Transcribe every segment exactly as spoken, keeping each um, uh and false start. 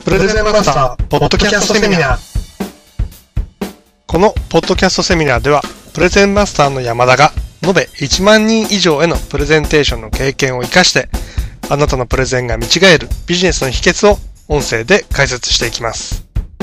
プレゼンマスターポッドキャストセミナー。このポッドキャストセミナーでは、プレゼンマスターの山田が延べいちまんにん以上へのプレゼンテーションの経験を生かして、あなたのプレゼンが見違えるビジネスの秘訣を音声で解説していきます。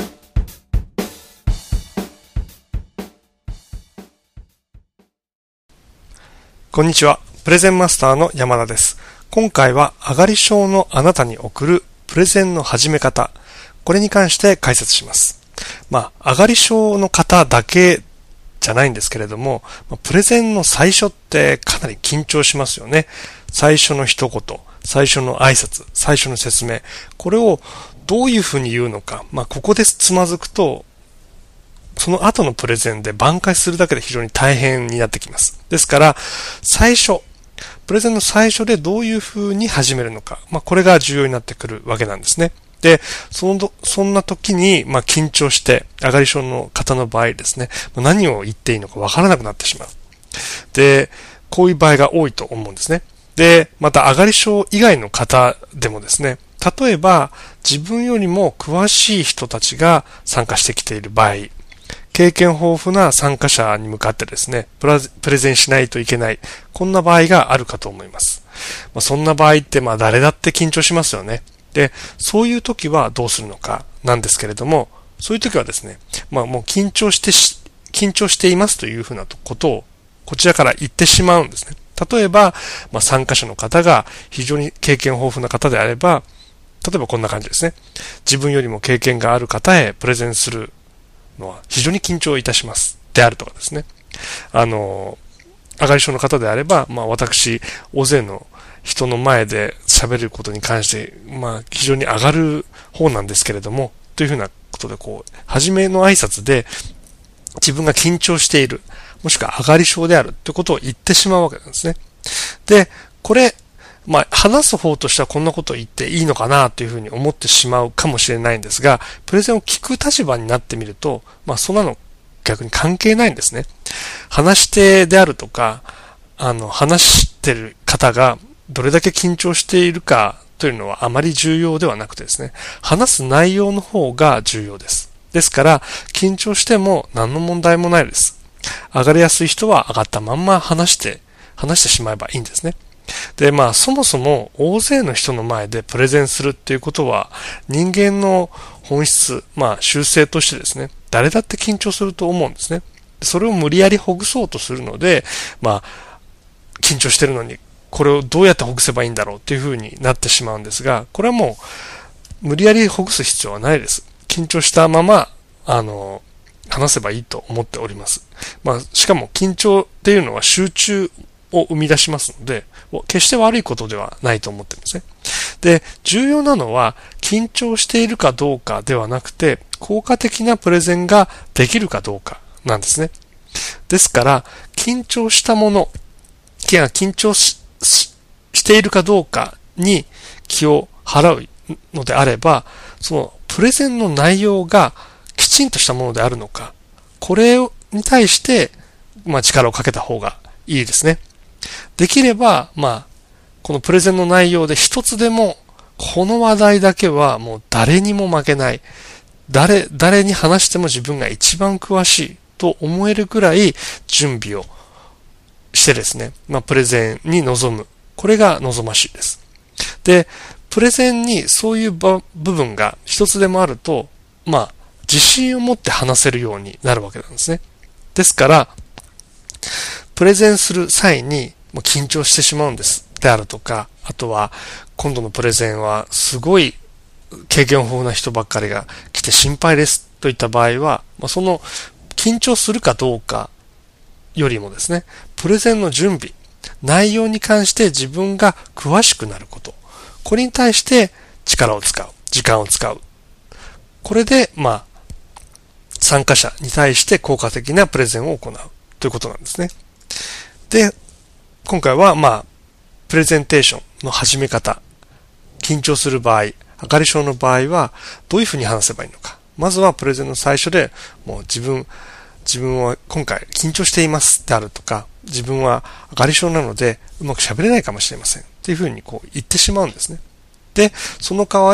こんにちは。プレゼンマスターの山田です。今回は上がり症のあなたに送るプレゼンの始め方、これに関して解説します。まあ、上がり症の方だけじゃないんですけれども、プレゼンの最初ってかなり緊張しますよね。最初の一言、最初の挨拶、最初の説明、これをどういうふうに言うのか、まあ、ここでつまずくと、その後のプレゼンで挽回するだけで非常に大変になってきます。ですから、最初、プレゼンの最初でどういうふうに始めるのか、まあ、これが重要になってくるわけなんですね。で、その、そんな時に、まあ、緊張して、上がり症の方の場合ですね、何を言っていいのかわからなくなってしまう。で、こういう場合が多いと思うんですね。で、また上がり症以外の方でもですね、例えば自分よりも詳しい人たちが参加してきている場合、経験豊富な参加者に向かってですね、プレゼンしないといけない、こんな場合があるかと思います。まあ、そんな場合って、まあ誰だって緊張しますよね。で、そういう時はどうするのかなんですけれども、そういう時はですね、まあもう緊張してし、緊張していますというふうなことをこちらから言ってしまうんですね。例えば、まあ、参加者の方が非常に経験豊富な方であれば、例えばこんな感じですね。自分よりも経験がある方へプレゼンするのは非常に緊張いたしますであるとかですね。あの、上がり症の方であれば、まあ私、大勢の人の前で喋ることに関して、まあ非常に上がる方なんですけれども、というふうなことでこう、初めの挨拶で自分が緊張している、もしくは上がり症であるということを言ってしまうわけなんですね。で、これ、まあ、話す方としてはこんなことを言っていいのかなというふうに思ってしまうかもしれないんですが、プレゼンを聞く立場になってみると、まあ、そんなの逆に関係ないんですね。話し手であるとか、あの、話してる方がどれだけ緊張しているかというのはあまり重要ではなくてですね、話す内容の方が重要です。ですから、緊張しても何の問題もないです。上がりやすい人は上がったまんま話して、話してしまえばいいんですね。で、まあ、そもそも大勢の人の前でプレゼンするっていうことは、人間の本質、まあ、習性としてですね、誰だって緊張すると思うんですね。それを無理やりほぐそうとするので、まあ、緊張してるのに、これをどうやってほぐせばいいんだろうっていうふうになってしまうんですが、これはもう、無理やりほぐす必要はないです。緊張したまま、あの、話せばいいと思っております。まあ、しかも緊張っていうのは集中を生み出しますので、決して悪いことではないと思ってるんですね。で、重要なのは緊張しているかどうかではなくて、効果的なプレゼンができるかどうかなんですね。ですから、緊張したもの、緊張 し, し, しているかどうかに気を払うのであれば、そのプレゼンの内容がきちんとしたものであるのか、これに対して、まあ、力をかけた方がいいですね。できれば、まあ、このプレゼンの内容で一つでも、この話題だけはもう誰にも負けない。誰、誰に話しても自分が一番詳しいと思えるくらい準備をしてですね、まあ、プレゼンに臨む。これが望ましいです。で、プレゼンにそういう部分が一つでもあると、まあ、自信を持って話せるようになるわけなんですね。ですから、プレゼンする際にもう緊張してしまうんですであるとか、あとは今度のプレゼンはすごい経験豊富な人ばっかりが来て心配ですといった場合は、まあ、その緊張するかどうかよりもですね、プレゼンの準備、内容に関して自分が詳しくなること、これに対して力を使う、時間を使う。これで、まあ、参加者に対して効果的なプレゼンを行うということなんですね。で、今回は、まあ、プレゼンテーションの始め方、緊張する場合、上がり症の場合は、どういうふうに話せばいいのか。まずはプレゼンの最初で、もう自分、自分は今回緊張していますであるとか、自分は上がり症なのでうまく喋れないかもしれませんっていうふうにこう言ってしまうんですね。で、その代わり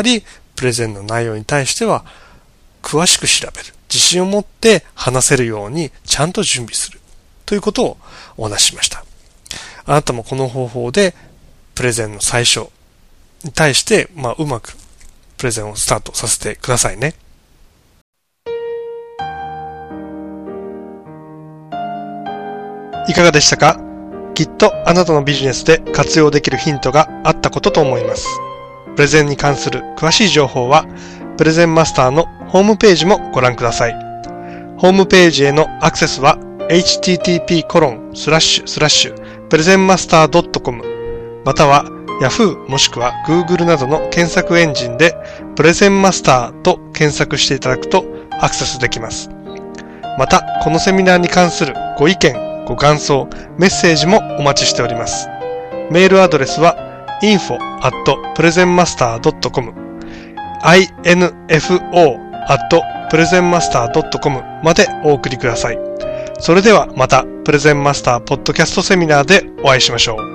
プレゼンの内容に対しては詳しく調べる。自信を持って話せるようにちゃんと準備する。ということをお話ししました。あなたもこの方法でプレゼンの最初に対して、まあ、うまくプレゼンをスタートさせてくださいね。いかがでしたか？きっとあなたのビジネスで活用できるヒントがあったことと思います。プレゼンに関する詳しい情報はプレゼンマスターのホームページもご覧ください。ホームページへのアクセスは エイチティーティーピーコロンスラッシュスラッシュプレゼンマスタードットコム または Yahoo もしくは Google などの検索エンジンでプレゼンマスターと検索していただくとアクセスできます。またこのセミナーに関するご意見ご感想、メッセージもお待ちしております。メールアドレスは インフォ アット プレゼンマスター ドットコム インフォ アット プレゼンマスター ドットコム までお送りください。それではまたプレゼンマスターポッドキャストセミナーでお会いしましょう。